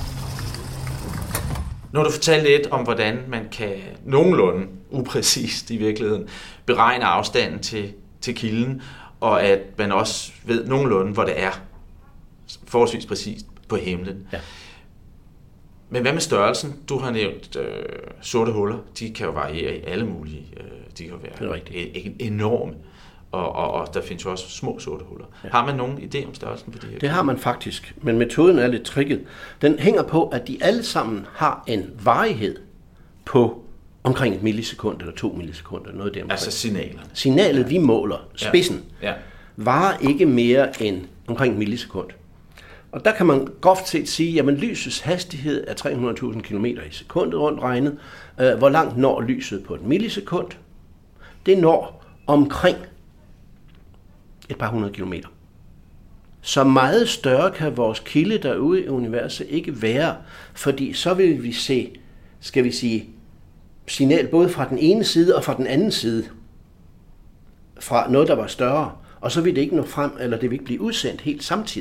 Nu har du fortalt lidt om, hvordan man kan nogenlunde upræcist i virkeligheden beregne afstanden til kilden, og at man også ved nogenlunde, hvor det er forholdsvis præcist på himlen. Ja. Men hvad med størrelsen? Du har nævnt sorte huller. De kan jo variere i alle mulige. De kan jo være enorme. Og der findes jo også små sorte huller. Ja. Har man nogen idé om størrelsen på de her? Det har man faktisk, men metoden er lidt tricket. Den hænger på, at de alle sammen har en varighed på omkring 1 millisekund eller 2 millisekunder. Noget der. Altså signalerne. Signalet, vi måler, spidsen, varer ikke mere end omkring 1 millisekund. Og der kan man groft set sige, at lysets hastighed er 300.000 km i sekundet rundt regnet. Hvor langt når lyset på 1 millisekund? Det når omkring et par 100 kilometer. Så meget større kan vores kilde derude i universet ikke være, fordi så vil vi se, skal vi sige, signal både fra den ene side og fra den anden side, fra noget, der var større, og så vil det ikke nå frem, eller det vil ikke blive udsendt helt samtidig.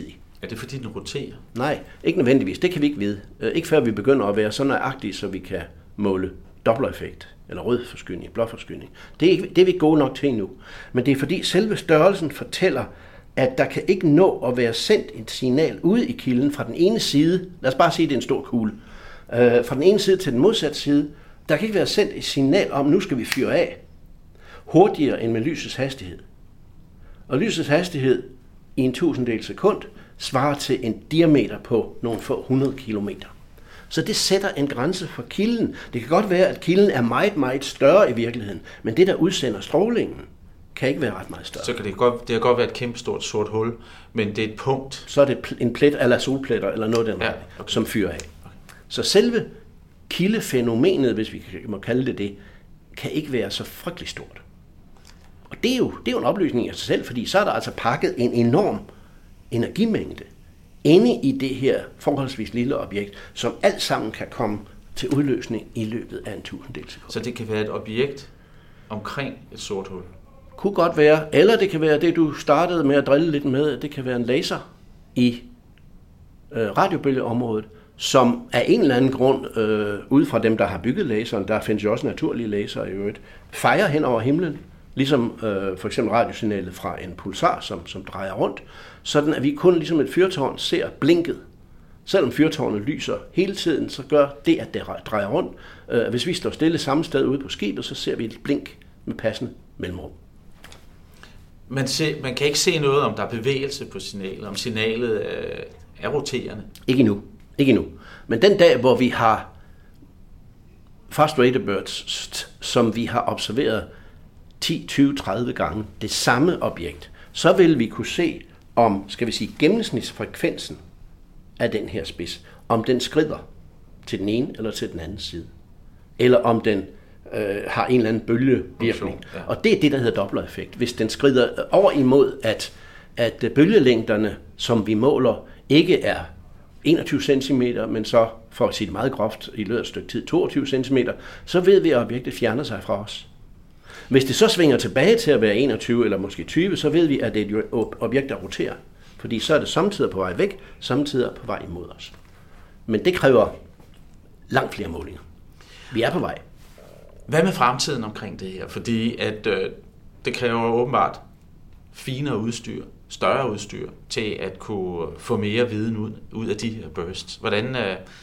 Er det fordi den roterer? Nej, ikke nødvendigvis. Det kan vi ikke vide. Ikke før vi begynder at være så nøjagtige, så vi kan måle dopplereffekt, eller rødforskydning, blåforskydning. Det er vi ikke gode nok til endnu. Men det er fordi selve størrelsen fortæller, at der kan ikke nå at være sendt et signal ude i kilden fra den ene side. Lad os bare sige, at det er en stor kugle. Fra den ene side til den modsatte side. Der kan ikke være sendt et signal om, nu skal vi fyre af, hurtigere end med lysets hastighed. Og lysets hastighed i en 1000-del sekund svarer til en diameter på nogle få 100 kilometer. Så det sætter en grænse for kilden. Det kan godt være, at kilden er meget, meget større i virkeligheden, men det, der udsender strålingen, kan ikke være ret meget større. Så kan det kan godt være et kæmpe stort sort hul, men det er et punkt. Så er det en plet eller solpletter eller noget den retning, som fyrer af. Okay. Så selve kildefænomenet, hvis vi må kalde det, kan ikke være så frygtelig stort. Og det er jo en oplysning af sig selv, fordi så er der altså pakket en enorm energimængde inde i det her forholdsvis lille objekt, som alt sammen kan komme til udløsning i løbet af en 1000-del sekund. Så det kan være et objekt omkring et sort hul? Kunne godt være, eller det kan være det, du startede med at drille lidt med, det kan være en laser i radiobølgeområdet, som af en eller anden grund, ud fra dem, der har bygget laseren, der findes jo også naturlige laser i øvrigt, fejrer hen over himlen, ligesom for eksempel radiosignalet fra en pulsar, som drejer rundt, sådan at vi kun ligesom et fyrtårn ser blinket. Selvom fyrtårnet lyser hele tiden, så gør det, at det drejer rundt. Hvis vi står stille samme sted ude på skibet, så ser vi et blink med passende mellemrum. Man kan ikke se noget, om der er bevægelse på signalet, om signalet er roterende. Ikke endnu. Men den dag, hvor vi har fast radio bursts, som vi har observeret 10, 20, 30 gange det samme objekt, så vil vi kunne se, om, skal vi sige, gennemsnitsfrekvensen af den her spids, om den skrider til den ene eller til den anden side, eller om den har en eller anden bølgevirkning. Ja. Og det er det, der hedder dopplereffekt. Hvis den skrider over imod, at bølgelængderne, som vi måler, ikke er 21 cm, men så, for at sige det meget groft, i løbet af et stykke tid 22 cm, så ved vi, at objektet fjerner sig fra os. Hvis det så svinger tilbage til at være 21 eller måske 20, så ved vi, at det er et objekt, der roterer. Fordi så er det samtidig på vej væk, samtidig på vej imod os. Men det kræver langt flere målinger. Vi er på vej. Hvad med fremtiden omkring det her? Fordi at det kræver åbenbart finere udstyr, større udstyr, til at kunne få mere viden ud af de her bursts. Hvordan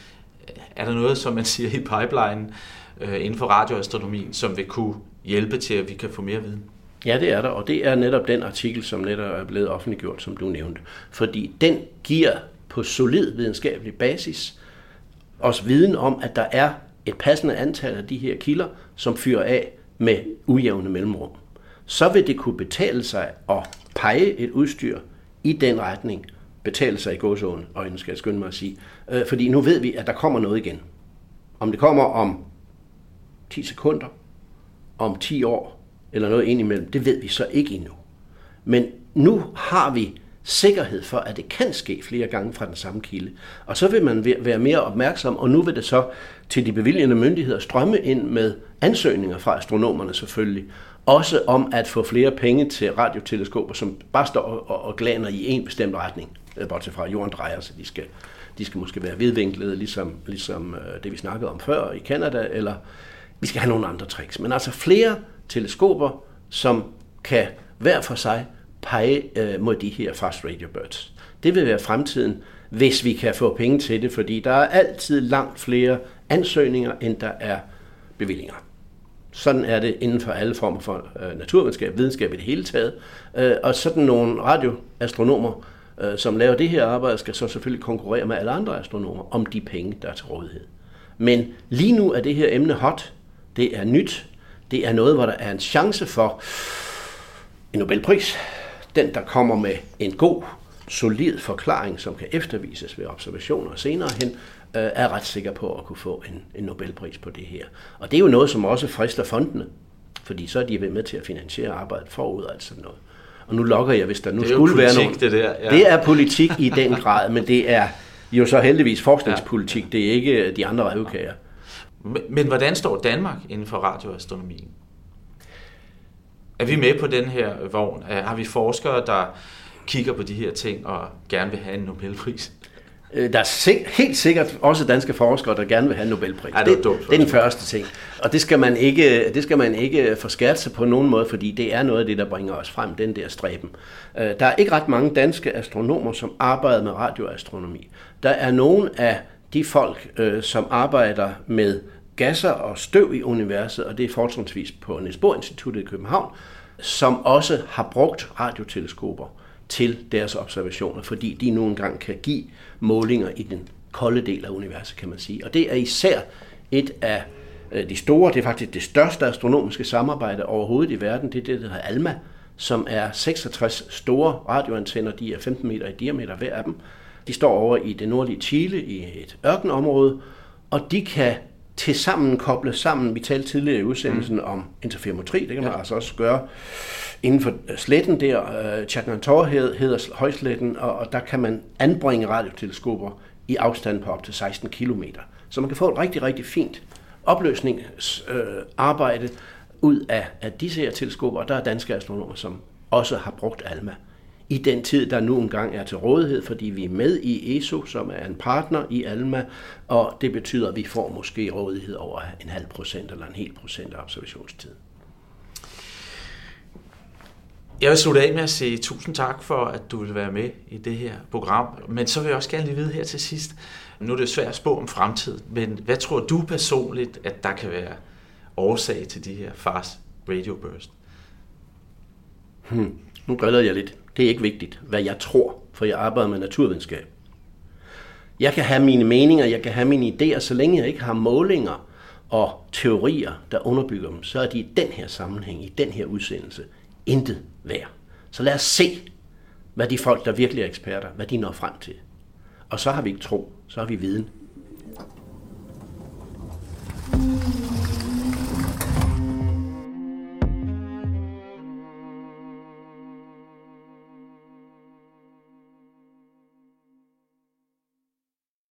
er der noget, som man siger i pipeline inden for radioastronomien, som vil kunne hjælpe til, at vi kan få mere viden? Ja, det er der, og det er netop den artikel, som netop er blevet offentliggjort, som du nævnte. Fordi den giver på solid videnskabelig basis os viden om, at der er et passende antal af de her kilder, som fyrer af med ujævne mellemrum. Så vil det kunne betale sig at pege et udstyr i den retning, betale sig i gåseøjne, skal jeg skynde mig at sige. Fordi nu ved vi, at der kommer noget igen. Om det kommer om 10 sekunder, om 10 år, eller noget indimellem, det ved vi så ikke endnu. Men nu har vi sikkerhed for, at det kan ske flere gange fra den samme kilde. Og så vil man være mere opmærksom, og nu vil det så til de bevilgende myndigheder strømme ind med ansøgninger fra astronomerne selvfølgelig, også om at få flere penge til radioteleskoper, som bare står og glaner i en bestemt retning, bortset fra jorden drejer, så de skal måske være vidvinklede, ligesom det vi snakkede om før i Canada, eller vi skal have nogle andre tricks. Men altså flere teleskoper, som kan hver for sig pege mod de her fast radio bursts. Det vil være fremtiden, hvis vi kan få penge til det, fordi der er altid langt flere ansøgninger, end der er bevillinger. Sådan er det inden for alle former for naturvidenskab, videnskab i det hele taget. Og sådan nogle radioastronomer, som laver det her arbejde, skal så selvfølgelig konkurrere med alle andre astronomer om de penge, der er til rådighed. Men lige nu er det her emne hot. Det er nyt. Det er noget, hvor der er en chance for en Nobelpris. Den, der kommer med en god, solid forklaring, som kan eftervises ved observationer senere hen, er ret sikker på at kunne få en Nobelpris på det her. Og det er jo noget, som også frister fondene, fordi så er de med til at finansiere arbejdet forud og alt sådan noget. Og nu lokker jeg, hvis der nu skulle være nogen. Det der, ja. Det er politik i den grad, men det er jo så heldigvis forskningspolitik, det er ikke de andre revkager. Men hvordan står Danmark inden for radioastronomien? Er vi med på den her vogn? Har vi forskere, der kigger på de her ting og gerne vil have en Nobelpris? Der er helt sikkert også danske forskere, der gerne vil have en Nobelpris. Det er den første ting. Og det skal man ikke forskærte sig på nogen måde, fordi det er noget af det, der bringer os frem, den der stræben. Der er ikke ret mange danske astronomer, som arbejder med radioastronomi. Der er nogle af de folk, som arbejder med gasser og støv i universet, og det er fortrinsvis på Niels Bohr Instituttet i København, som også har brugt radioteleskoper til deres observationer, fordi de nu engang kan give målinger i den kolde del af universet, kan man sige. Og det er især et af de store, det er faktisk det største astronomiske samarbejde overhovedet i verden, det er det, der hedder ALMA, som er 66 store radioantenner, de er 15 meter i diameter hver af dem. De står over i det nordlige Chile i et ørkenområde, og de kan tilsammen kobles sammen. Vi talte tidligere i udsendelsen om interferometri, det kan man altså også gøre inden for sletten der. Chagnator hedder højsletten, og der kan man anbringe radioteleskoper i afstand på op til 16 kilometer. Så man kan få et rigtig, rigtig fint opløsningsarbejde ud af disse her teleskoper, og der er danske astronomer, som også har brugt ALMA i den tid, der nu engang er til rådighed, fordi vi er med i ESO, som er en partner i ALMA, og det betyder, at vi får måske rådighed over 0,5% eller 1% af observationstiden. Jeg vil slutte af med at sige tusind tak for, at du vil være med i det her program, men så vil jeg også gerne lige vide her til sidst, nu er det svært at spå om fremtiden, men hvad tror du personligt, at der kan være årsag til de her fast radio burst? Nu driller jeg lidt. Det er ikke vigtigt, hvad jeg tror, for jeg arbejder med naturvidenskab. Jeg kan have mine meninger, jeg kan have mine idéer, så længe jeg ikke har målinger og teorier, der underbygger dem, så er de i den her sammenhæng, i den her udsendelse, intet værd. Så lad os se, hvad de folk, der virkelig er eksperter, hvad de når frem til. Og så har vi ikke tro, så har vi viden.